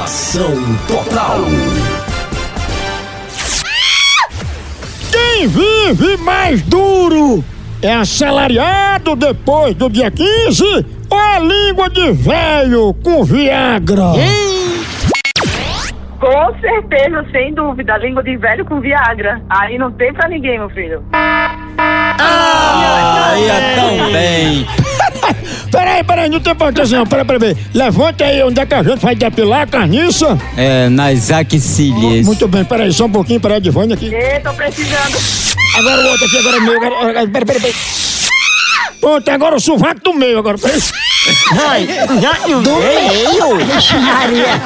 Depilação total. Quem vive mais duro é assalariado depois do dia 15 ou a língua de velho com Viagra? Com certeza, sem dúvida, língua de velho com Viagra. Aí não tem pra ninguém, meu filho. Ia tão bem. Peraí, não tem proteção, peraí. Levanta aí onde é que a gente vai depilar a carniça. Nas axilhas. Muito bem, peraí, só um pouquinho, peraí, Divane aqui. Tô precisando. Agora o outro aqui, agora é meu, peraí. Pronto, agora o sovaco do meio, agora, peraí. Ai, do meio? Maria.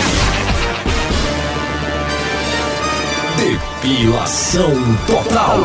Depilação total.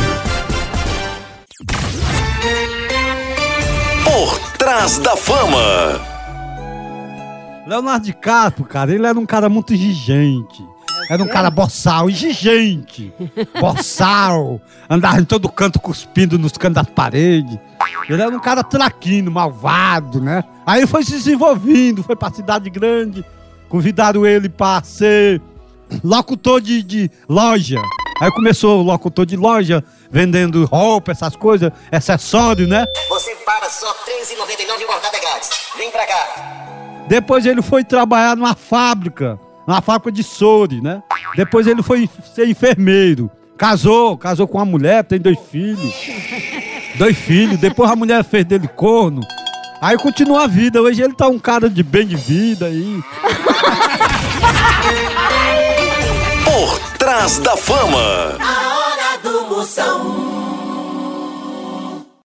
Por trás da fama. Leonardo DiCaprio, cara, ele era um cara muito exigente. Era um cara boçal, exigente. Boçal. Andava em todo canto cuspindo nos cantos das paredes. Ele era um cara traquino, malvado, né? Aí ele foi se desenvolvendo, foi pra cidade grande. Convidaram ele pra ser locutor de loja. Aí começou o locutor de loja, vendendo roupa, essas coisas, acessórios, né? Você para só R$13,99 e o guardado é grátis. Vem pra cá. Depois ele foi trabalhar numa fábrica de soro, né? Depois ele foi ser enfermeiro. Casou com uma mulher, tem 2 filhos. 2 filhos, depois a mulher fez dele corno. Aí continua a vida, hoje ele tá um cara de bem de vida aí. Por trás da fama. A hora do Moção.